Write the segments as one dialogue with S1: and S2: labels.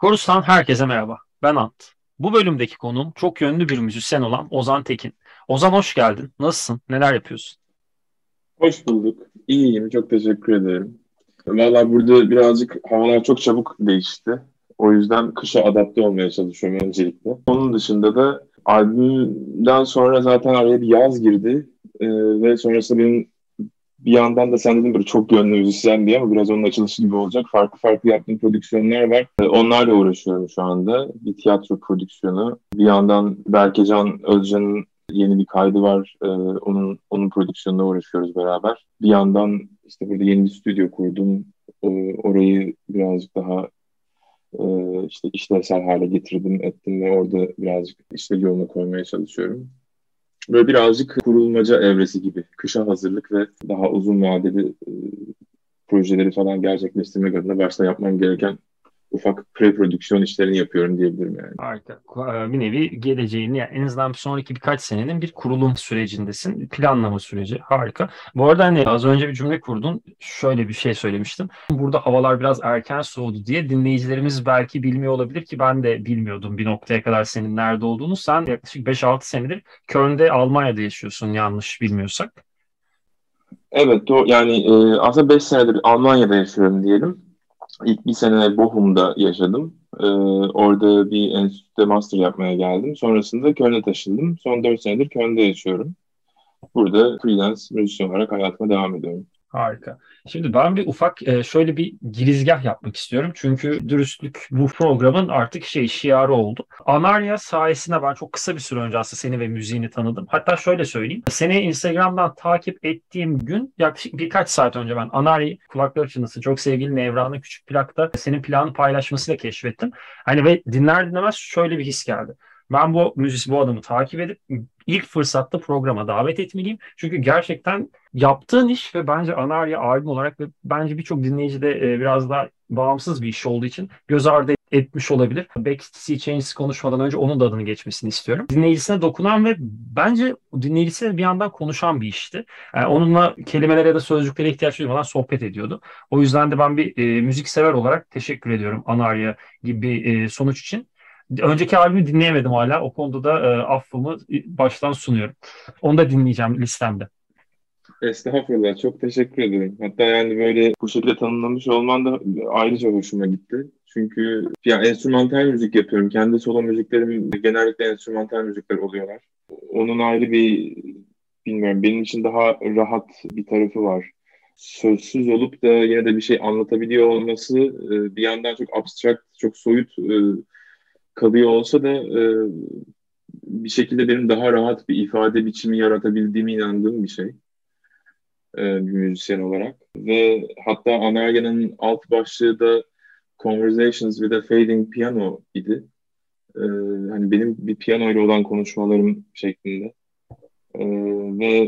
S1: Korus'tan herkese merhaba. Ben Ant. Bu bölümdeki konuğum çok yönlü bir müzisyen olan Ozan Tekin. Ozan hoş geldin. Nasılsın? Neler yapıyorsun?
S2: Hoş bulduk. İyiyim. Çok teşekkür ederim. Valla burada birazcık havalar çok çabuk değişti. O yüzden kışa adapte olmaya çalışıyorum öncelikle. Onun dışında da albümden sonra zaten araya bir yaz girdi. Ve sonrasında benim bir yandan da sen dedin böyle çok yönlü müzisyen diye ama biraz onun açılışı gibi olacak. Farklı farklı yaptığım prodüksiyonlar var. Onlarla uğraşıyorum şu anda. Bir tiyatro prodüksiyonu. Bir yandan Berkecan Özcan'ın yeni bir kaydı var. Onun prodüksiyonuna uğraşıyoruz beraber. Bir yandan işte burada yeni bir stüdyo kurdum. Orayı birazcık daha işte işlevsel hale getirdim, ettim ve orada birazcık işleri yoluna koymaya çalışıyorum. Böyle birazcık kurulmaca evresi gibi. Kışa hazırlık ve daha uzun vadeli projeleri falan gerçekleştirmek adına başta yapmam gereken ufak pre-prodüksiyon işlerini yapıyorum diyebilirim yani.
S1: Harika. Bir nevi geleceğini yani en azından bir sonraki birkaç senenin bir kurulum sürecindesin. Planlama süreci. Harika. Bu arada hani az önce bir cümle kurdun. Şöyle bir şey söylemiştin. Burada havalar biraz erken soğudu diye dinleyicilerimiz belki bilmiyor olabilir ki ben de bilmiyordum bir noktaya kadar senin nerede olduğunu. Sen yaklaşık 5-6 senedir Köln'de Almanya'da yaşıyorsun yanlış bilmiyorsak.
S2: Evet, yani aslında 5 senedir Almanya'da yaşıyorum diyelim. İlk bir sene Bochum'da yaşadım. Orada bir enstitüde master yapmaya geldim. Sonrasında Köln'e taşındım. Son 4 senedir Köln'de yaşıyorum. Burada freelance müzisyen olarak hayatıma devam ediyorum.
S1: Harika. Şimdi ben bir ufak şöyle bir girizgah yapmak istiyorum. Çünkü dürüstlük bu programın artık şiarı oldu. Anarya sayesinde ben çok kısa bir süre önce aslında seni ve müziğini tanıdım. Hatta şöyle söyleyeyim. Seni Instagram'dan takip ettiğim gün yaklaşık birkaç saat önce ben Anarya'yı kulakları çınlasın çok sevgili Nevran'ın küçük plakta senin planı paylaşmasıyla keşfettim. Hani ve dinler dinlemez şöyle bir his geldi. Ben bu adamı takip edip ilk fırsatta programa davet etmeliyim. Çünkü gerçekten yaptığın iş ve bence Anarya albüm olarak ve bence birçok dinleyici de biraz daha bağımsız bir iş olduğu için göz ardı etmiş olabilir. Belki Sea Changes konuşmadan önce onun da adını geçmesini istiyorum. Dinleyicisine dokunan ve bence dinleyicisiyle bir yandan konuşan bir işti. Yani onunla kelimelere ya da sözcüklere ihtiyaç duymadan sohbet ediyordu. O yüzden de ben bir müzik sever olarak teşekkür ediyorum Anarya gibi bir sonuç için. Önceki albümü dinleyemedim hala. O konuda da affımı baştan sunuyorum. Onu da dinleyeceğim listemde.
S2: Estağfurullah, çok teşekkür ederim. Hatta yani böyle bu şekilde tanımlamış olman da ayrıca hoşuma gitti. Çünkü ya enstrümantal müzik yapıyorum. Kendi solo müziklerim genellikle enstrümantal müzikler oluyorlar. Onun ayrı bir, bilmiyorum, benim için daha rahat bir tarafı var. Sözsüz olup da yine de bir şey anlatabiliyor olması bir yandan çok abstrakt, çok soyut kalıyor olsa da bir şekilde benim daha rahat bir ifade biçimi yaratabildiğime inandığım bir şey, bir müzisyen olarak. Ve hatta Anarya'nın alt başlığı da Conversations with a Fading Piano idi. E, Hani benim bir piyano ile olan konuşmalarım şeklinde. E, Ve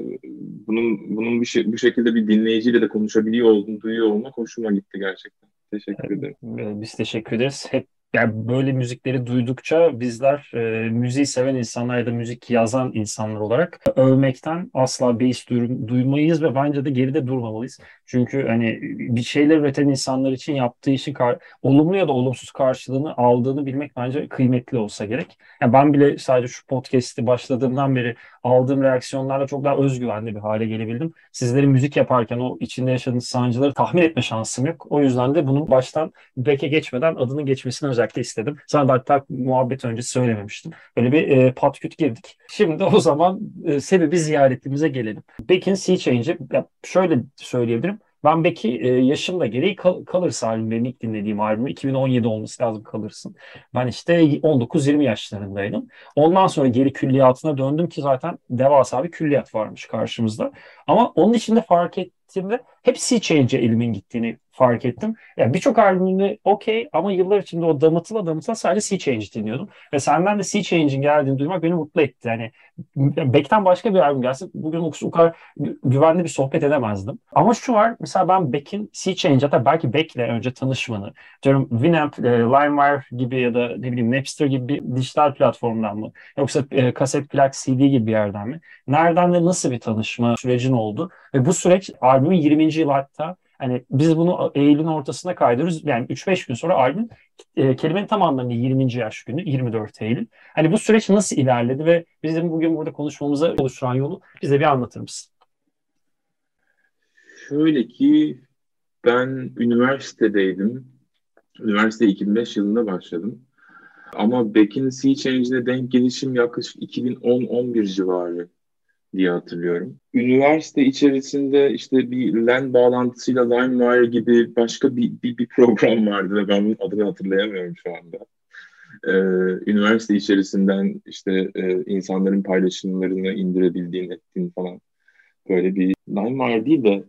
S2: bu şekilde bir dinleyiciyle de konuşabiliyor olduğunu duyuyor olmak hoşuma gitti gerçekten. Teşekkür ederim.
S1: Biz teşekkür ederiz. Hep yani böyle müzikleri duydukça bizler müziği seven insanlar ya da müzik yazan insanlar olarak övmekten asla beis duymayız ve bence de geride durmamalıyız. Çünkü hani bir şeyler üreten insanlar için yaptığı işin olumlu ya da olumsuz karşılığını aldığını bilmek bence kıymetli olsa gerek. Yani ben bile sadece şu podcast'i başladığımdan beri aldığım reaksiyonlarla çok daha özgüvenli bir hale gelebildim. Sizlerin müzik yaparken o içinde yaşadığınız sancıları tahmin etme şansım yok. O yüzden de bunun baştan Beke geçmeden adının geçmesini özellikle istedim. Sana da hatta muhabbet öncesi söylememiştim. Böyle bir patküt girdik. Şimdi o zaman sebebi ziyaretimize gelelim. Beck'in Sea Change'i şöyle söyleyebilirim. Ben Beck'i yaşımda gereği Colors albümlerini ilk dinlediğim albümü 2017 olması lazım Colors'ın. Ben işte 19-20 yaşlarındaydım. Ondan sonra geri külliyatına döndüm ki zaten devasa bir külliyat varmış karşımızda. Ama onun içinde fark ettiğimde hep Sea Change'e elimin gittiğini fark ettim. Yani birçok albümünde okey ama yıllar içinde o damıtıla damıtıla sadece Sea Change dinliyordum. Ve senden de Sea Change'in geldiğini duymak beni mutlu etti. Yani Beck'ten başka bir albüm gelse bugün o kadar güvenli bir sohbet edemezdim. Ama şu var mesela ben Beck'in Sea Change hatta belki Beck'le önce tanışmanı diyorum Winamp, LimeWire gibi ya da ne bileyim Napster gibi bir dijital platformdan mı? Yoksa kaset plak CD gibi bir yerden mi? Nereden ve nasıl bir tanışma sürecin oldu? Ve bu süreç albümün 20. yıl hatta Hani biz bunu Eylül'ün ortasına kaydırıyoruz. Yani 3-5 gün sonra albüm kelimenin tam anlamıyla 20. yaş günü 24 Eylül. Hani bu süreç nasıl ilerledi ve bizim bugün burada konuşmamıza oluşturan yolu bize bir anlatır mısın?
S2: Şöyle ki ben üniversitedeydim. Üniversite 2005 yılında başladım. Ama Beck'in Sea Change'ine denk gelişim yaklaşık 2010-11 civarı diye hatırlıyorum. Üniversite içerisinde işte bir LAN bağlantısıyla LimeWire gibi başka bir program vardı ve ben bunun adını hatırlayamıyorum şu anda. Ee, Üniversite içerisinden işte insanların paylaşımlarını indirebildiğin, ettiğin falan böyle bir LimeWire değil de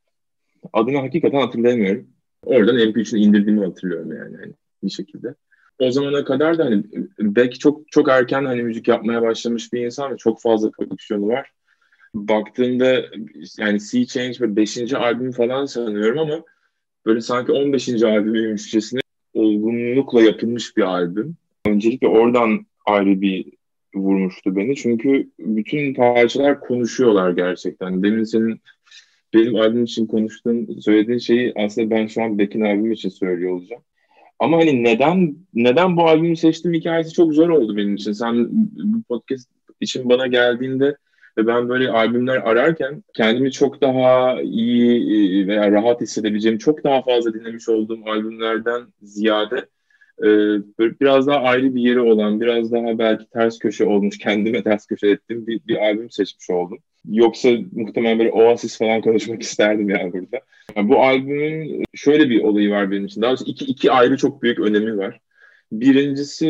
S2: adını hakikaten hatırlayamıyorum. Oradan MP3'ünü indirdiğimi hatırlıyorum yani hani bir şekilde. O zamana kadar da hani Beck çok çok erken hani müzik yapmaya başlamış bir insan ve çok fazla prodüksiyonu var. Baktığımda yani Sea Change ve 5. albüm falan sanıyorum ama böyle sanki 15. albümüymüşçesine olgunlukla yapılmış bir albüm. Öncelikle oradan ayrı bir vurmuştu beni. Çünkü bütün parçalar konuşuyorlar gerçekten. Demin senin benim albüm için söylediğin şeyi aslında ben şu an Beck'in albümü için söylüyor olacağım. Ama hani neden bu albümü seçtim hikayesi çok zor oldu benim için. Sen bu podcast için bana geldiğinde ve ben böyle albümler ararken kendimi çok daha iyi veya rahat hissedebileceğim çok daha fazla dinlemiş olduğum albümlerden ziyade e, böyle biraz daha ayrı bir yeri olan, biraz daha belki ters köşe olmuş, kendime ters köşe ettiğim bir albüm seçmiş oldum. Yoksa muhtemelen böyle Oasis falan konuşmak isterdim yani burada. Yani bu albümün şöyle bir olayı var benim için. Daha doğrusu iki ayrı çok büyük önemi var. Birincisi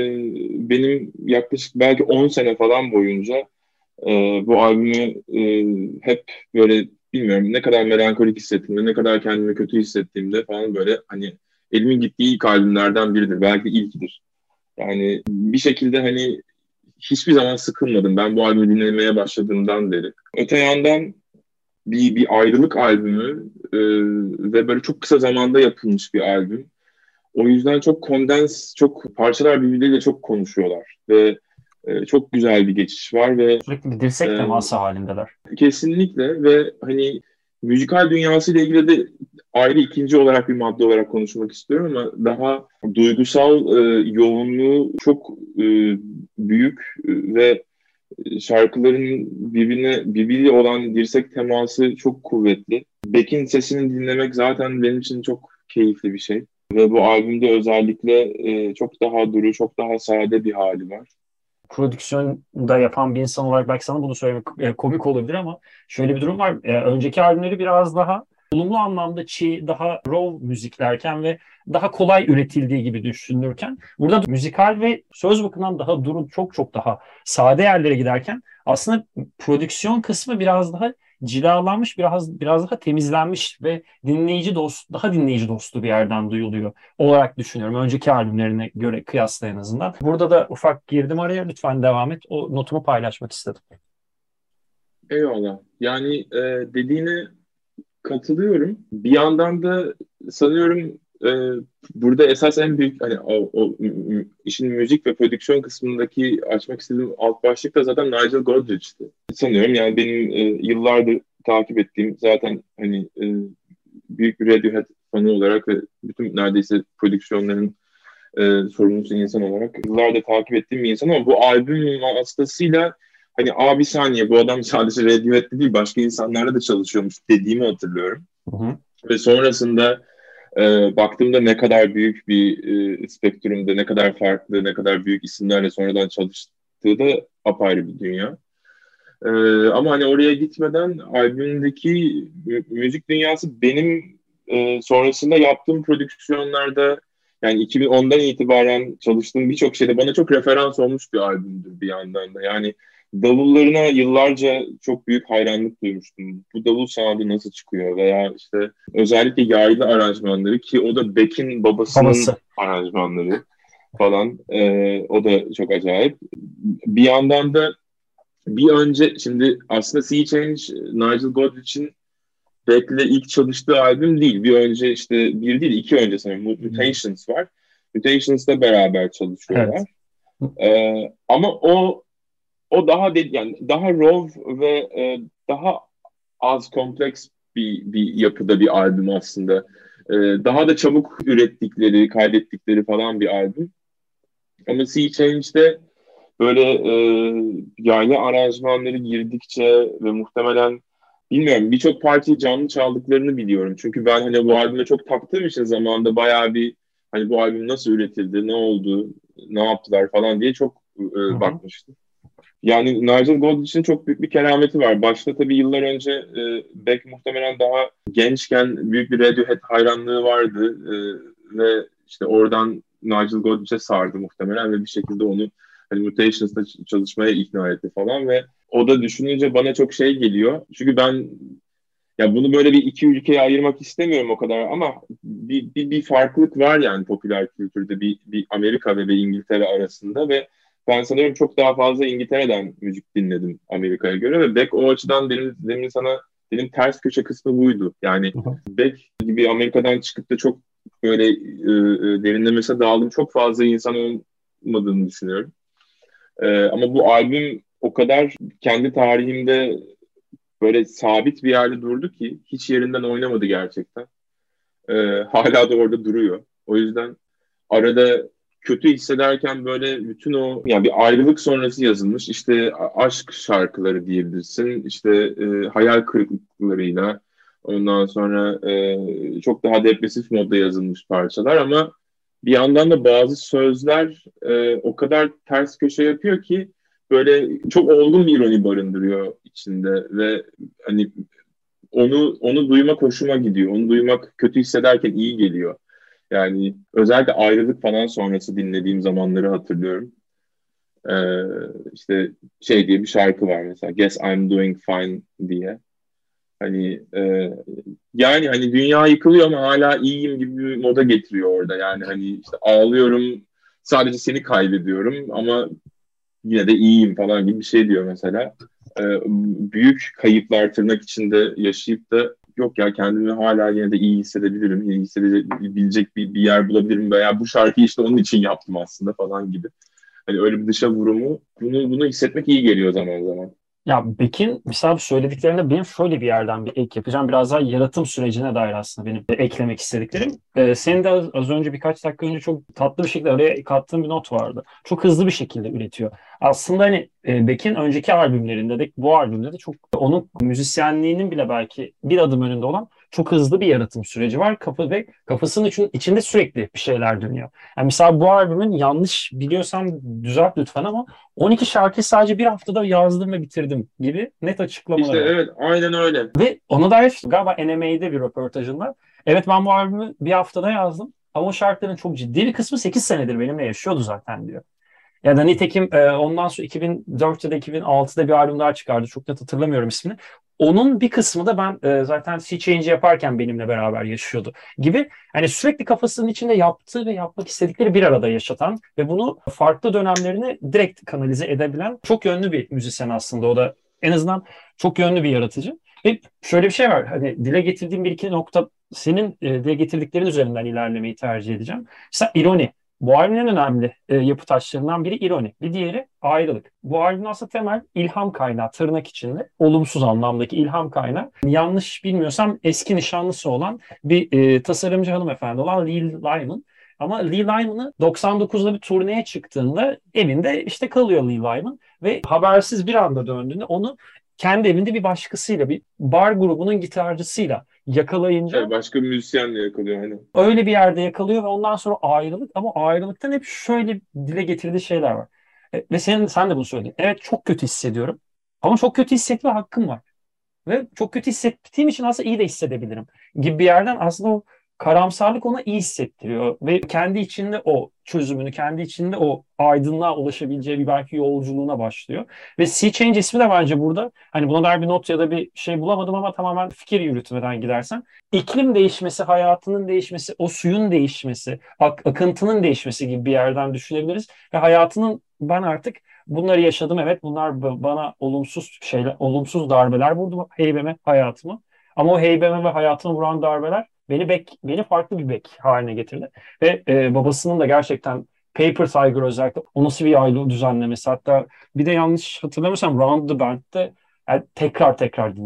S2: benim yaklaşık belki 10 sene falan boyunca bu albümü hep böyle bilmiyorum ne kadar melankolik hissettiğimde, ne kadar kendimi kötü hissettiğimde falan böyle hani elimin gittiği ilk albümlerden biridir. Belki de ilkidir. Yani bir şekilde hani hiçbir zaman sıkılmadım ben bu albümü dinlemeye başladığımdan beri. Öte yandan bir ayrılık albümü ve böyle çok kısa zamanda yapılmış bir albüm. O yüzden çok kondens, çok parçalar birbirleriyle çok konuşuyorlar ve çok güzel bir geçiş var ve
S1: Sürekli bir dirsek
S2: e,
S1: teması halindeler.
S2: kesinlikle ve hani müzikal dünyası ile ilgili de ayrı ikinci olarak bir madde olarak konuşmak istiyorum ama daha duygusal yoğunluğu çok büyük ve şarkıların birbiriyle olan dirsek teması çok kuvvetli. Beck'in sesini dinlemek zaten benim için çok keyifli bir şey. Ve bu albümde özellikle çok daha duru, çok daha sade bir hali var.
S1: Prodüksiyonda yapan bir insan olarak belki sana bunu söylemek komik olabilir ama şöyle bir durum var. Önceki albümleri biraz daha olumlu anlamda çiğ, daha raw müziklerken ve daha kolay üretildiği gibi düşünülürken burada müzikal ve söz bakımından daha duru, çok çok daha sade yerlere giderken aslında prodüksiyon kısmı biraz daha cilalanmış, biraz daha temizlenmiş ve daha dinleyici dostu bir yerden duyuluyor olarak düşünüyorum. Önceki albümlerine göre kıyasla en azından. Burada da ufak girdim araya. Lütfen devam et. O notumu paylaşmak istedim.
S2: Eyvallah. Yani dediğine katılıyorum. Bir yandan da sanıyorum burada esas en büyük hani işin müzik ve prodüksiyon kısmındaki açmak istediğim alt başlık da zaten Nigel Godrich'ti. Sanıyorum yani benim yıllardır takip ettiğim zaten hani büyük bir Radiohead fanı olarak ve bütün neredeyse prodüksiyonların sorumlusu insan olarak yıllardır takip ettiğim bir insan ama bu albüm vasıtasıyla hani bir saniye bu adam sadece Radiohead'de değil başka insanlarla da çalışıyormuş dediğimi hatırlıyorum.
S1: Hı hı.
S2: Ve sonrasında baktığımda ne kadar büyük bir spektrumda, ne kadar farklı, ne kadar büyük isimlerle sonradan çalıştığı da apayrı bir dünya. E, Ama hani oraya gitmeden albümdeki müzik dünyası benim sonrasında yaptığım prodüksiyonlarda yani 2010'dan itibaren çalıştığım birçok şeyde bana çok referans olmuş bir albümdür bir yandan da. Yani davullarına yıllarca çok büyük hayranlık duymuştum. Bu davul soundu nasıl çıkıyor veya işte özellikle yaylı aranjmanları ki o da Beck'in babasının
S1: Babası.
S2: aranjmanları falan. O da çok acayip. Bir yandan da bir önce şimdi aslında Sea Change Nigel Godrich'in Beck'le ilk çalıştığı albüm değil. Bir önce işte bir değil iki önce sanırım Mutations var. Mutations'la beraber
S1: Evet.
S2: çalışıyorlar. Ama o daha yani daha raw ve daha az kompleks bir yapıda bir albüm aslında. Daha da çabuk ürettikleri, kaydettikleri falan bir albüm. Ama Sea Change'de böyle yaylı aranjmanları girdikçe ve muhtemelen bilmiyorum birçok parçayı canlı çaldıklarını biliyorum. Çünkü ben hani bu albüme çok taktığım için zamanında bayağı bir hani bu albüm nasıl üretildi, ne oldu, ne yaptılar falan diye çok
S1: Hı hı.
S2: bakmıştım. Yani Nigel Godrich'in çok büyük bir kerameti var. Başta tabii yıllar önce Beck muhtemelen daha gençken büyük bir Radiohead hayranlığı vardı. Ve işte oradan Nigel Godrich'e sardı muhtemelen ve bir şekilde onu hani Mutations'da çalışmaya ikna etti falan ve o da düşününce bana çok şey geliyor. Çünkü ben ya bunu böyle bir iki ülkeye ayırmak istemiyorum o kadar ama bir farklılık var yani popüler kültürde bir Amerika ve bir İngiltere arasında ve ben sanıyorum çok daha fazla İngiltere'den müzik dinledim Amerika'ya göre ve Beck o açıdan demin sana benim ters köşe kısmı buydu. Yani
S1: Hı hı.
S2: Beck gibi Amerika'dan çıkıp da çok böyle derinlemesine dağıldım çok fazla insan olmadığını düşünüyorum. Ama bu albüm o kadar kendi tarihimde böyle sabit bir yerde durdu ki hiç yerinden oynamadı gerçekten. Hala da orada duruyor. O yüzden arada kötü hissederken böyle bütün o yani bir ayrılık sonrası yazılmış işte aşk şarkıları diyebilirsin. İşte hayal kırıklıklarıyla ondan sonra çok daha depresif modda yazılmış parçalar ama bir yandan da bazı sözler o kadar ters köşe yapıyor ki böyle çok olgun bir ironi barındırıyor içinde ve hani onu duymak hoşuma gidiyor. Onu duymak kötü hissederken iyi geliyor. Yani özellikle ayrılık falan sonrası dinlediğim zamanları hatırlıyorum. İşte şey diye bir şarkı var mesela. Guess I'm Doing Fine diye. Hani yani hani dünya yıkılıyor ama hala iyiyim gibi bir moda getiriyor orada. Yani hani işte ağlıyorum sadece seni kaybediyorum ama yine de iyiyim falan gibi bir şey diyor mesela. Büyük kayıplar tırnak içinde yaşayıp da yok ya kendimi hala yine de iyi hissedebilirim, iyi hissedebilecek bir yer bulabilirim veya bu şarkıyı işte onun için yaptım aslında falan gibi. Hani öyle bir dışa vurumu bunu hissetmek iyi geliyor zaman zaman.
S1: Ya Beck'in mesela bu söylediklerinde benim şöyle bir yerden bir ek yapacağım. Biraz daha yaratım sürecine dair aslında benim eklemek istediklerim. Senin de az önce birkaç dakika önce çok tatlı bir şekilde araya kattığın bir not vardı. Çok hızlı bir şekilde üretiyor. Aslında hani Beck'in önceki albümlerinde de bu albümde de çok onun müzisyenliğinin bile belki bir adım önünde olan çok hızlı bir yaratım süreci var. Ve kafasının içinde sürekli bir şeyler dönüyor. Yani mesela bu albümün yanlış biliyorsam düzelt lütfen ama 12 şarkıyı sadece bir haftada yazdım ve bitirdim gibi net
S2: İşte
S1: açıklamaları var.
S2: evet aynen öyle.
S1: Ve ona dair galiba NMA'de bir röportajında evet ben bu albümü bir haftada yazdım ama o şarkıların çok ciddi bir kısmı 8 senedir benimle yaşıyordu zaten diyor. Ya da nitekim ondan sonra 2004 ya da 2006'da bir albüm daha çıkardı. Çok net hatırlamıyorum ismini. Onun bir kısmı da ben zaten Sea Change yaparken benimle beraber yaşıyordu gibi. Hani sürekli kafasının içinde yaptığı ve yapmak istedikleri bir arada yaşatan ve bunu farklı dönemlerine direkt kanalize edebilen çok yönlü bir müzisyen aslında. O da en azından çok yönlü bir yaratıcı. Ve şöyle bir şey var. Hani dile getirdiğim bir iki nokta senin dile getirdiklerin üzerinden ilerlemeyi tercih edeceğim. Mesela ironi. Bu albümün en önemli yapı taşlarından biri ironi. Bir diğeri ayrılık. Bu albümün aslında temel ilham kaynağı tırnak içinde. Olumsuz anlamdaki ilham kaynağı. Yanlış bilmiyorsam eski nişanlısı olan bir tasarımcı hanımefendi olan Lee Lyman. Ama Lee Lyman'ı 99'da bir turneye çıktığında evinde işte kalıyor Lee Lyman. Ve habersiz bir anda döndüğünde onu kendi evinde bir başkasıyla, bir bar grubunun gitarcısıyla
S2: Evet,
S1: yakalayınca
S2: başka bir müzisyenle yakalıyor hani.
S1: öyle bir yerde yakalıyor ve ondan sonra ayrılık ama ayrılıktan hep şöyle dile getirdiği şeyler var. Ve sen de bunu söyledin. Evet çok kötü hissediyorum ama çok kötü hissetme hakkım var. Ve çok kötü hissettiğim için aslında iyi de hissedebilirim gibi bir yerden aslında o karamsarlık ona iyi hissettiriyor. Ve kendi içinde o çözümünü, kendi içinde o aydınlığa ulaşabileceği bir belki yolculuğuna başlıyor. Ve Sea Change ismi de bence burada hani buna dair bir not ya da bir şey bulamadım ama tamamen fikir yürütmeden gidersen iklim değişmesi, hayatının değişmesi, o suyun değişmesi, akıntının değişmesi gibi bir yerden düşünebiliriz. Ve hayatının ben artık bunları yaşadım evet bunlar bana olumsuz şeyler, olumsuz darbeler vurdu heybeme, hayatıma. Ama o heybeme ve hayatıma vuran darbeler beni farklı bir bek haline getirdi. Ve babasının da gerçekten Paper Tiger özellikle o nasıl bir aile düzenlemesi hatta bir de yanlış hatırlamıyorsam Round the Band'de yani tekrar tekrar dinledim.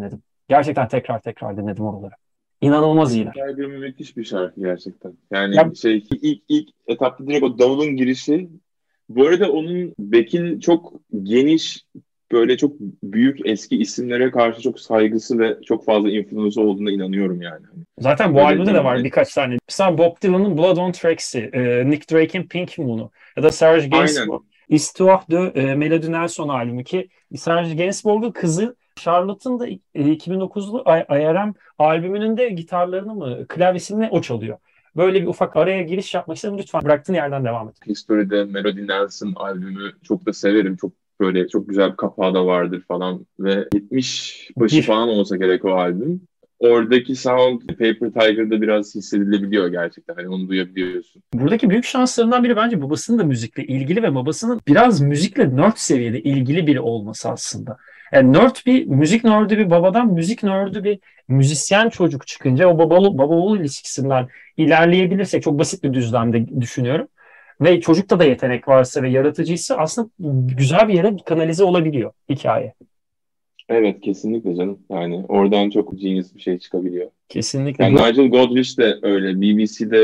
S1: Gerçekten tekrar tekrar dinledim oraları. İnanılmaz iyiler.
S2: Tiger müthiş bir şarkı gerçekten.
S1: Ya,
S2: Yani ilk etapta direkt o davulun girişi. Bu arada onun Beck'in çok geniş, böyle çok büyük eski isimlere karşı çok saygısı ve çok fazla influence olduğuna inanıyorum yani.
S1: zaten bu
S2: Öyle
S1: albümde de
S2: diyeyim.
S1: var birkaç tane. Mesela Bob Dylan'ın Blood on Tracks'i, Nick Drake'in Pink Moon'u ya da Serge
S2: Aynen.
S1: Gainsbourg Histoire de Melody Nelson albümü ki Serge Gainsbourg'un kızı Charlotte'ın da 2009'lu IRM albümünün de gitarlarını mı klavyesini o çalıyor. Böyle bir ufak araya giriş yapmak istedim. Lütfen bıraktığın yerden devam et.
S2: History'de Melody Nelson albümü çok da severim. Çok böyle çok güzel bir kapağı da vardır falan ve 70 başı
S1: Bir
S2: falan olsa gerek o albüm. Oradaki sound Paper Tiger'da biraz hissedilebiliyor gerçekten. Hani onu duyabiliyorsun.
S1: Buradaki büyük şanslarından biri bence babasının da müzikle ilgili ve babasının biraz müzikle nerd seviyede ilgili biri olması aslında. Yani nerd bir müzik nerdü bir babadan müzik nerdü bir müzisyen çocuk çıkınca o baba oğul ilişkisinden ilerleyebilirsek çok basit bir düzlemde düşünüyorum. Ve çocukta da yetenek varsa ve yaratıcıysa aslında güzel bir yere kanalize olabiliyor hikaye.
S2: Evet, kesinlikle canım. Yani oradan çok genius bir şey çıkabiliyor.
S1: Kesinlikle.
S2: Yani Nigel Godrich de öyle. BBC'de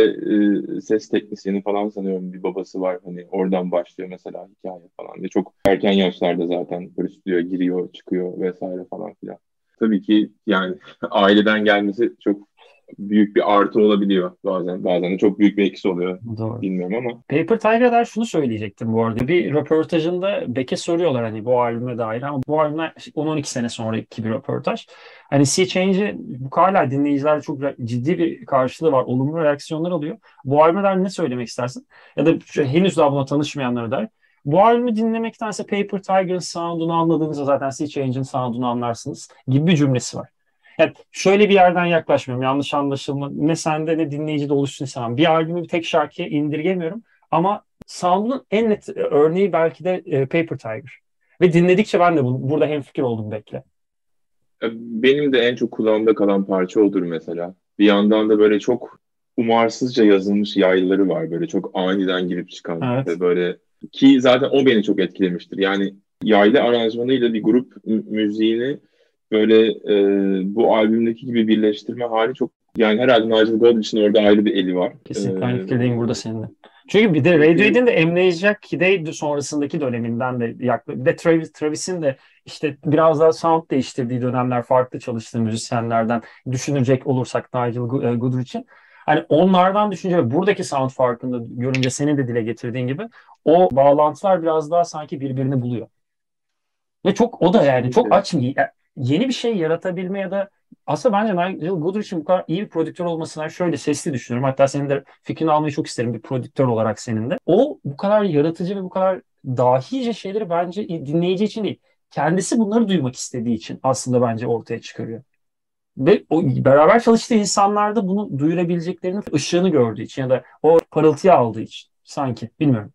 S2: ses teknisyeni falan sanıyorum bir babası var. Hani oradan başlıyor mesela hikaye falan. Ve çok erken yaşlarda zaten böyle stüdyoya giriyor, çıkıyor vesaire falan filan. Tabii ki yani aileden gelmesi çok büyük bir artı olabiliyor bazen. Bazen de çok büyük bir eksi oluyor.
S1: Doğru.
S2: Bilmiyorum ama.
S1: Paper Tiger'dan şunu söyleyecektim bu arada. Bir röportajında Beck'e soruyorlar hani bu albüme dair ama bu albümden 10-12 sene sonraki bir röportaj. Hani Sea Change'i bu hala dinleyicilerle çok ciddi bir karşılığı var. Olumlu reaksiyonlar alıyor. Bu albüme dair ne söylemek istersin? Ya da henüz daha buna tanışmayanlara dair. Bu albümü dinlemektense Paper Tiger'ın sound'unu anladığınızda zaten Sea Change'in sound'unu anlarsınız gibi bir cümlesi var. Yani şöyle bir yerden yaklaşmıyorum. Yanlış anlaşılma ne sende ne dinleyicide oluşsun istemem. Bir albümü bir tek şarkıya indirgemiyorum. Ama sound'un en net örneği belki de Paper Tiger. Ve dinledikçe ben de burada hemfikir oldum Bekle.
S2: Benim de en çok kulağımda kalan parça odur mesela. Bir yandan da böyle çok umarsızca yazılmış yaylıları var. Böyle çok aniden girip çıkan
S1: Evet.
S2: ve böyle ki zaten o beni çok etkilemiştir. Yani yaylı aranjmanıyla bir grup müziğini böyle bu albümdeki gibi birleştirme hali çok yani herhalde Nigel Godrich'in orada ayrı bir eli var.
S1: Kesinlikle aynı fikirdeyim burada seninle. Çünkü bir de
S2: Çünkü
S1: Radiohead'in de Amnesia Kid sonrasındaki döneminden de bir de Travis'in de işte biraz daha sound değiştirdiği dönemler farklı çalıştığı müzisyenlerden düşünecek olursak Nigel Godrich'in hani onlardan düşünce ve buradaki sound farkını görünce senin de dile getirdiğin gibi o bağlantılar biraz daha sanki birbirini buluyor. Ve çok o da yani çok
S2: kesinlikle.
S1: aç yeni bir şey yaratabilme ya da aslında bence Nigel Godrich'in bu kadar iyi bir prodüktör olmasına şöyle sesli düşünüyorum. Hatta senin de fikrini almayı çok isterim bir prodüktör olarak senin de. O bu kadar yaratıcı ve bu kadar dahice şeyleri bence dinleyici için değil. Kendisi bunları duymak istediği için aslında bence ortaya çıkarıyor. Ve o beraber çalıştığı insanlar da bunu duyurabileceklerinin ışığını gördüğü için ya da o parıltıyı aldığı için sanki bilmiyorum.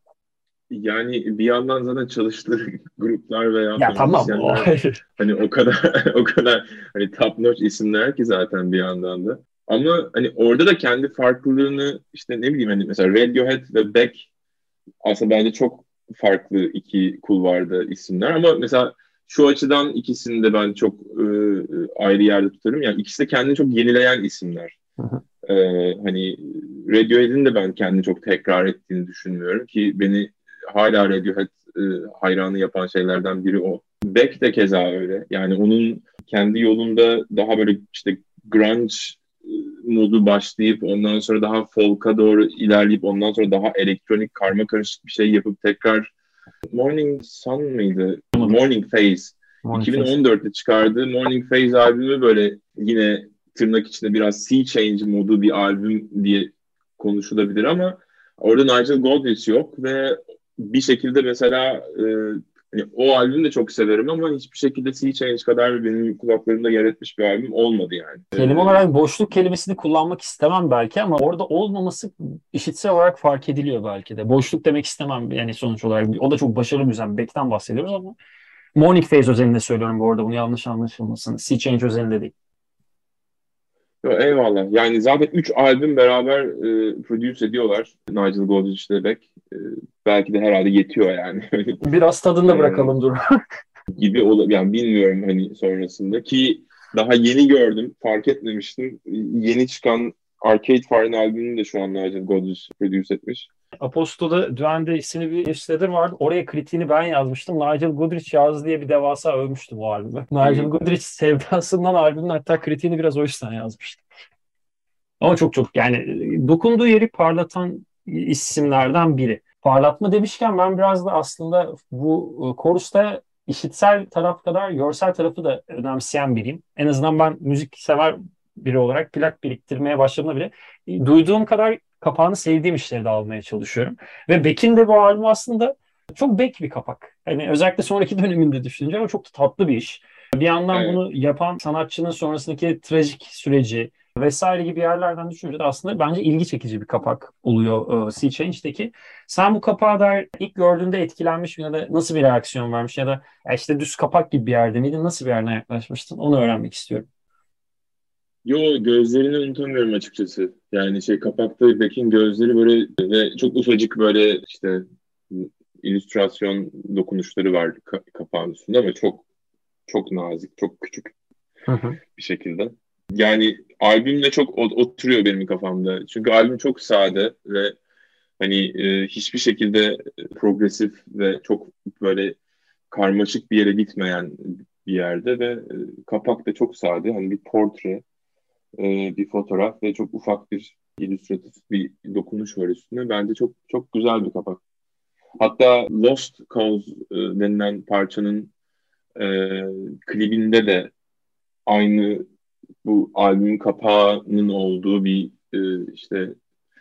S2: Yani bir yandan zaten çalıştığı gruplar veya
S1: Ya tamam o
S2: müzisyenler hani o kadar o kadar hani top notch isimler ki zaten bir yandan da. Ama hani orada da kendi farklılığını işte ne bileyim hani mesela Radiohead ve Beck aslında bence çok farklı iki kulvarda isimler ama mesela şu açıdan ikisini de ben çok ayrı yerde tutarım. Yani ikisi de kendini çok yenileyen isimler. E, Hani Radiohead'in de ben kendini çok tekrar ettiğini düşünmüyorum ki beni hala Radiohead e, hayranı yapan şeylerden biri o. Beck de keza öyle. Yani onun kendi yolunda daha böyle işte grunge modu başlayıp ondan sonra daha folk'a doğru ilerleyip ondan sonra daha elektronik karma karışık bir şey yapıp tekrar Morning Sun mıydı? Morning Phase.
S1: Morning Face.
S2: 2014'te çıkardığı Morning Phase albümü böyle yine tırnak içinde biraz sea change modu bir albüm diye konuşulabilir ama orada Nigel Godrich yok ve bir şekilde mesela hani o albümü de çok severim ama hiçbir şekilde Sea Change kadar benim kulaklarımda yer etmiş bir albüm olmadı yani.
S1: Kelime olarak boşluk kelimesini kullanmak istemem belki ama orada olmaması işitsel olarak fark ediliyor belki de. Boşluk demek istemem yani sonuç olarak. O da çok başarılı bir müzisyen. Beck'ten bahsediyoruz ama Morning Phase özelinde söylüyorum bu arada bunu yanlış anlaşılmasın. Sea Change özelinde değil.
S2: Eyvallah. Yani zaten 3 albüm beraber produce ediyorlar. Nigel Godrich ile Beck. Belki de herhalde yetiyor yani.
S1: Biraz tadında
S2: E,
S1: bırakalım dur.
S2: Gibi yani bilmiyorum hani sonrasında ki Daha yeni gördüm. Fark etmemiştim. Yeni çıkan Arcade Fire'ın albümünü de şu an Nigel Godrich produce etmiş.
S1: Aposto'da Duende isimli bir newsletter vardı. Oraya kritiğini ben yazmıştım. Nigel Godrich yazdı diye bir devasa övmüştüm o albümü. Nigel
S2: Hmm.
S1: Godrich sevdasından albümün hatta kritiğini biraz o yüzden yazmıştım. Ama çok çok yani dokunduğu yeri parlatan isimlerden biri. Parlatma demişken ben biraz da aslında bu chorus'ta işitsel taraf kadar görsel tarafı da önemseyen biriyim. En azından ben müzik sever biri olarak plak biriktirmeye başladığımda bile duyduğum kadar kapağını sevdiğim işleri de almaya çalışıyorum. Ve Beck'in de bu albüm aslında çok Beck bir kapak. Hani özellikle sonraki döneminde düşününce ama çok tatlı bir iş. Bir yandan
S2: Evet.
S1: bunu yapan sanatçının sonrasındaki trajik süreci vesaire gibi yerlerden düşününce de aslında bence ilgi çekici bir kapak oluyor Sea Change'deki. Sen bu kapağı dair ilk gördüğünde etkilenmiş mi ya da nasıl bir reaksiyon vermiş ya da işte düz kapak gibi bir yerde miydin? Nasıl bir yerden yaklaşmıştın? Onu öğrenmek istiyorum.
S2: Yo, gözlerini unutamıyorum açıkçası. Yani kapakta Beck'in gözleri böyle ve çok ufacık böyle işte illüstrasyon dokunuşları var kapağın üstünde ama çok çok nazik, çok küçük
S1: Hı hı.
S2: bir şekilde. Yani albümle çok oturuyor benim kafamda. Çünkü albüm çok sade ve hani hiçbir şekilde progresif ve çok böyle karmaşık bir yere gitmeyen bir yerde ve kapak da çok sade. Hani bir portre, bir fotoğraf ve çok ufak bir illüstratif bir dokunuş var üstünde. Bence çok çok güzel bir kapak. Hatta Lost Cause denilen parçanın e, klibinde de aynı bu albümün kapağının olduğu bir işte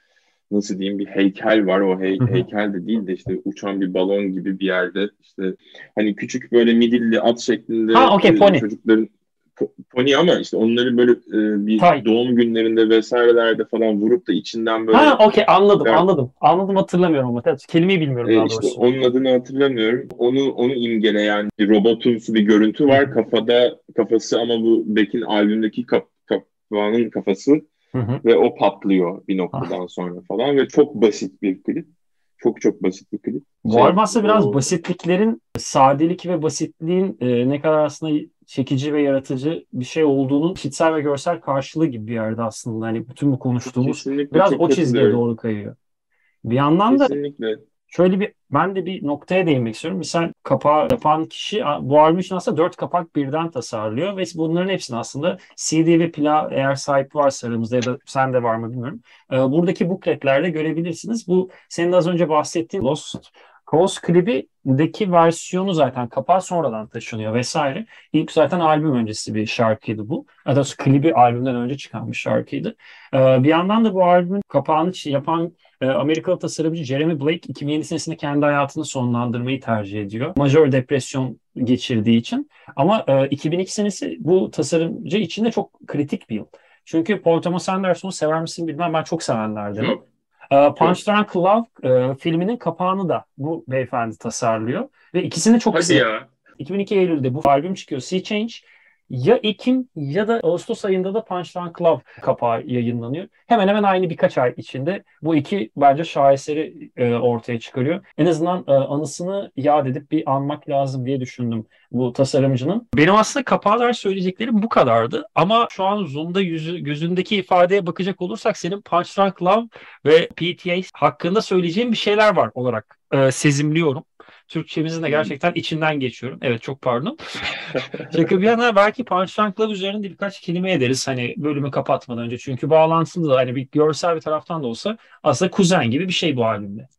S2: nasıl diyeyim bir heykel var. O
S1: Hı hı.
S2: heykel de değil de işte uçan bir balon gibi bir yerde işte hani küçük böyle midilli at
S1: Ha,
S2: şeklinde
S1: okey, pony.
S2: çocukların pony ama işte onları böyle bir
S1: Tay.
S2: doğum günlerinde vesairelerde falan vurup da içinden
S1: Ha,
S2: böyle
S1: okey, anladım
S2: ya,
S1: anladım. Anladım, hatırlamıyorum ama. Kelimeyi bilmiyorum daha
S2: işte
S1: doğrusu.
S2: onun adını hatırlamıyorum. Onu imgeleyen bir robotumsu bir görüntü
S1: Hı
S2: var.
S1: hı.
S2: Kafası ama bu Beck'in albümdeki kapağının kafası
S1: Hı hı.
S2: ve o patlıyor bir
S1: Ah.
S2: noktadan sonra falan ve çok basit bir klip. Çok çok basit bir klip.
S1: Bu albüm aslında biraz
S2: O
S1: basitliklerin, sadelik ve basitliğin ne kadar aslında çekici ve yaratıcı bir şey olduğunun işitsel ve görsel karşılığı gibi bir yerde aslında. Hani bütün bu konuştuğumuz
S2: kesinlikle
S1: biraz
S2: çok
S1: o çizgiye
S2: katılıyorum.
S1: doğru kayıyor. Bir yandan da
S2: Kesinlikle.
S1: şöyle ben de bir noktaya değinmek istiyorum. Mesela kapağı yapan kişi bu albüm için aslında 4 kapak birden tasarlıyor ve bunların hepsini aslında CD ve plağı eğer sahip varsa aramızda ya da sende var mı bilmiyorum. Buradaki bukletlerde görebilirsiniz. Bu senin de az önce bahsettiğin Lost Cause klibindeki versiyonu zaten kapağı sonradan taşınıyor vesaire. İlk zaten albüm öncesi bir şarkıydı bu. Ya da klibi albümden önce çıkan bir şarkıydı. Bir yandan da bu albümün kapağını yapan Amerikalı tasarımcı Jeremy Blake 2007 senesinde kendi hayatını sonlandırmayı tercih ediyor. Majör depresyon geçirdiği için. Ama 2002 senesi bu tasarımcı için de çok kritik bir yıl. Çünkü Paul Thomas Anderson'u sever misin bilmem, ben çok sevenlerdenim.
S2: Çok.
S1: Punch
S2: Çok.
S1: Drunk Love filminin kapağını da bu beyefendi tasarlıyor. Ve ikisini çok
S2: Hadi
S1: kısa,
S2: ya.
S1: 2002 Eylül'de bu albüm çıkıyor. Sea Change. Ya Ekim ya da Ağustos ayında da Punch Drunk Love kapağı yayınlanıyor. Hemen hemen aynı birkaç ay içinde bu iki bence şaheseri ortaya çıkarıyor. En azından anısını yad edip bir anmak lazım diye düşündüm bu tasarımcının. Benim aslında kapağa dair söyleyeceklerim bu kadardı. Ama şu an Zoom'da gözündeki ifadeye bakacak olursak senin Punch Drunk Love ve PTA hakkında söyleyeceğim bir şeyler var olarak sezimliyorum. Türkçemizin de
S2: Hmm.
S1: gerçekten içinden geçiyorum. Evet, çok pardon. Şaka bir yana belki Punch Drunk Love üzerinde birkaç kelime ederiz hani bölümü kapatmadan önce. Çünkü bağlantılı da hani bir görsel bir taraftan da olsa aslında kuzen gibi bir şey bu albümde.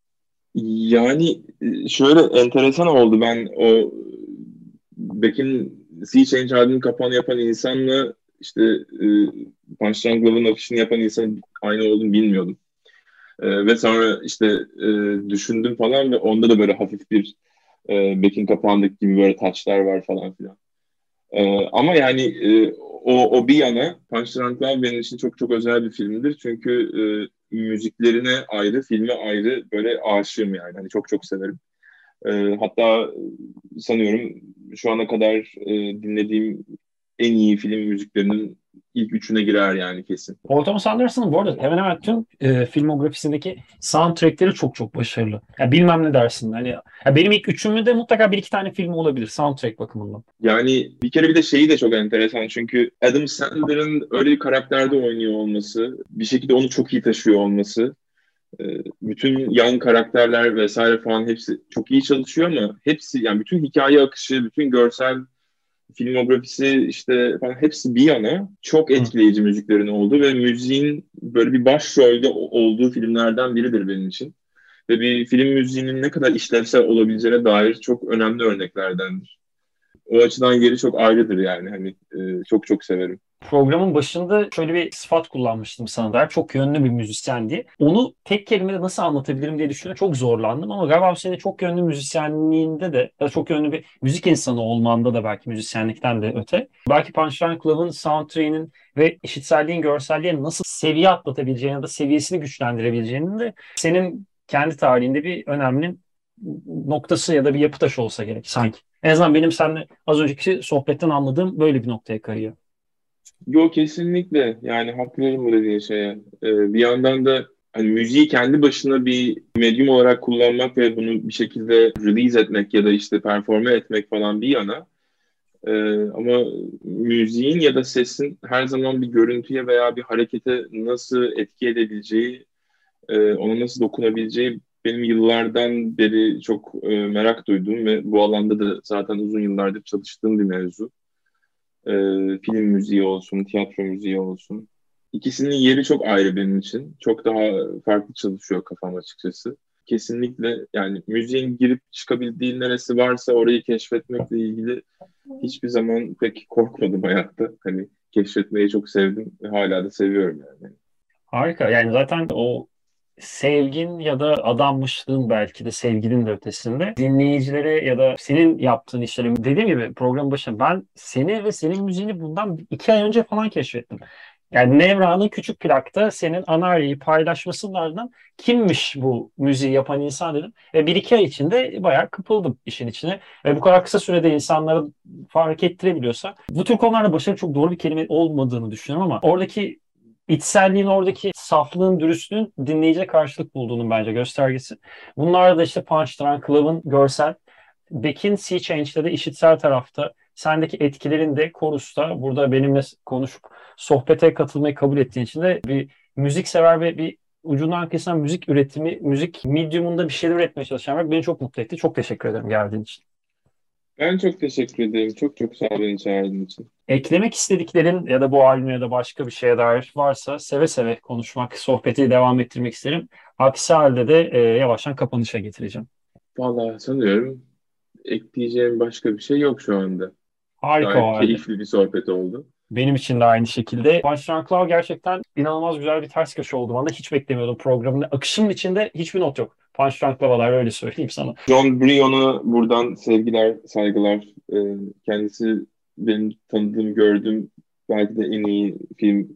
S2: Yani şöyle enteresan oldu. Ben o Beck'in Sea Change albümünün kapağını yapan insanla işte Punch Drunk Love'ın afişini yapan insan aynı olduğunu bilmiyordum. Ve sonra işte düşündüm falan ve onda da böyle hafif bir Beck'in kapağındaki gibi böyle taçlar var falan filan. Ama yani o bir yana Punch Drunk Love benim için çok çok özel bir filmdir. Çünkü müziklerine ayrı, filme ayrı böyle aşığım yani. Hani çok çok severim. Hatta sanıyorum şu ana kadar dinlediğim en iyi film müziklerinin ilk üçüne girer yani kesin.
S1: Paul Thomas Anderson'ın bu arada hemen hemen tüm filmografisindeki soundtrackleri çok çok başarılı. Ya bilmem ne dersin. Hani ya benim ilk üçümü de mutlaka bir iki tane film olabilir soundtrack bakımından.
S2: Yani bir kere bir de şeyi de çok enteresan çünkü Adam Sandler'ın öyle bir karakterde oynuyor olması, bir şekilde onu çok iyi taşıyor olması, bütün yan karakterler vesaire falan hepsi çok iyi çalışıyor ama hepsi yani bütün hikaye akışı, bütün görsel filmografisi işte falan hepsi bir yana çok
S1: Hı.
S2: etkileyici müziklerin olduğu ve müziğin böyle bir başrolde olduğu filmlerden biridir benim için. Ve bir film müziğinin ne kadar işlevsel olabileceğine dair çok önemli örneklerdendir. O açıdan yeri çok ayrıdır yani hani çok çok severim.
S1: Programın başında şöyle bir sıfat kullanmıştım sana da. Çok yönlü bir müzisyen diye. Onu tek kelimede nasıl anlatabilirim diye düşünüyorum. Çok zorlandım ama galiba bu senin çok yönlü müzisyenliğinde de ya da çok yönlü bir müzik insanı olmanda da belki müzisyenlikten de öte. Belki Punchline Club'ın soundtrack'inin ve eşitselliğin, görselliğe nasıl seviye atlatabileceğini ya da seviyesini güçlendirebileceğini de senin kendi tarihinde bir önemli noktası ya da bir yapı taşı olsa gerek sanki. En azından benim seninle az önceki sohbetten anladığım böyle bir noktaya kayıyor.
S2: Yo kesinlikle yani hak veririm bu dediğin şeye. Bir yandan da hani müziği kendi başına bir medyum olarak kullanmak ve bunu bir şekilde release etmek ya da işte performe etmek falan bir yana. Ama müziğin ya da sesin her zaman bir görüntüye veya bir harekete nasıl etki edebileceği, ona nasıl dokunabileceği benim yıllardan beri çok merak duyduğum ve bu alanda da zaten uzun yıllardır çalıştığım bir mevzu. E, Film müziği olsun, tiyatro müziği olsun. İkisinin yeri çok ayrı benim için. Çok daha farklı çalışıyor kafam açıkçası. Kesinlikle yani müziğin girip çıkabildiği neresi varsa orayı keşfetmekle ilgili hiçbir zaman pek korkmadım hayatta. Hani keşfetmeyi çok sevdim ve hala da seviyorum yani.
S1: Harika. Yani zaten o sevgin ya da adanmışlığın belki de sevginin de ötesinde dinleyicilere ya da senin yaptığın işleri dediğim gibi programın başında ben seni ve senin müziğini bundan 2 ay önce falan keşfettim. Yani Nevra'nın küçük plakta senin Anari'yi paylaşmasının ardından kimmiş bu müziği yapan insan dedim. Ve 1-2 ay içinde bayağı kapıldım işin içine. Ve bu kadar kısa sürede insanlara fark ettirebiliyorsa bu tür konularda başarı çok doğru bir kelime olmadığını düşünüyorum ama oradaki içselliğin, oradaki saflığın, dürüstlüğün dinleyiciye karşılık bulduğunun bence göstergesi. Bunlar da işte Punchline Club'ın görsel, Beck'in Sea Change'de de işitsel tarafta sendeki etkilerin de Chorus'ta burada benimle konuşup sohbete katılmayı kabul ettiğin için de bir müzik sever ve bir ucundan kesilen müzik üretimi, müzik medyumunda bir şeyler üretmeye çalışan beni çok mutlu etti. Çok teşekkür ederim geldiğin için.
S2: Ben çok teşekkür ederim. Çok çok sağ ol beni çağırdığın için.
S1: Eklemek istediklerin ya da bu albüme ya da başka bir şeye dair varsa seve seve konuşmak, sohbeti devam ettirmek isterim. Aksi halde de yavaştan kapanışa getireceğim.
S2: Vallahi sanıyorum ekleyeceğim başka bir şey yok şu anda.
S1: Harika o
S2: Gayet
S1: halde.
S2: keyifli bir sohbet oldu.
S1: Benim için de aynı şekilde. Punch Cloud gerçekten inanılmaz güzel bir ters köşe oldu bana. Hiç beklemiyordum programın. Akışının içinde hiçbir not yok. Punch Cloud'lar öyle söyleyeyim sana.
S2: John Brion'a buradan sevgiler, saygılar. Kendisi benim tanıdığım, gördüğüm belki de en iyi film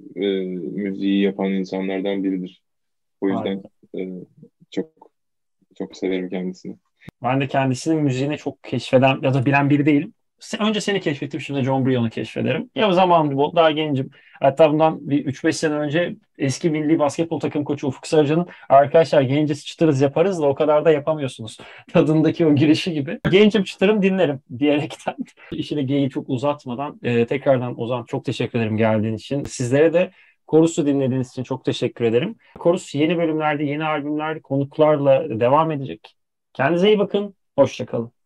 S2: müziği yapan insanlardan biridir. O yüzden
S1: Harika.
S2: e, çok çok severim kendisini.
S1: Ben de kendisinin müziğini çok keşfeden ya da bilen biri değilim. Önce seni keşfettim, şimdi John Brion'u keşfederim. Ya o zaman daha gencim. Hatta bundan bir 3-5 sene önce eski milli basketbol takım koçu Ufuk Sarıcan'ın arkadaşlar genciz çıtırız yaparız da o kadar da yapamıyorsunuz. Tadındaki o girişi gibi. Gencim çıtırım dinlerim diyerekten işini geyiği çok uzatmadan tekrardan Ozan çok teşekkür ederim geldiğin için. Sizlere de Chorus'u dinlediğiniz için çok teşekkür ederim. Chorus yeni bölümlerde, yeni albümlerde konuklarla devam edecek. Kendinize iyi bakın. Hoşça kalın.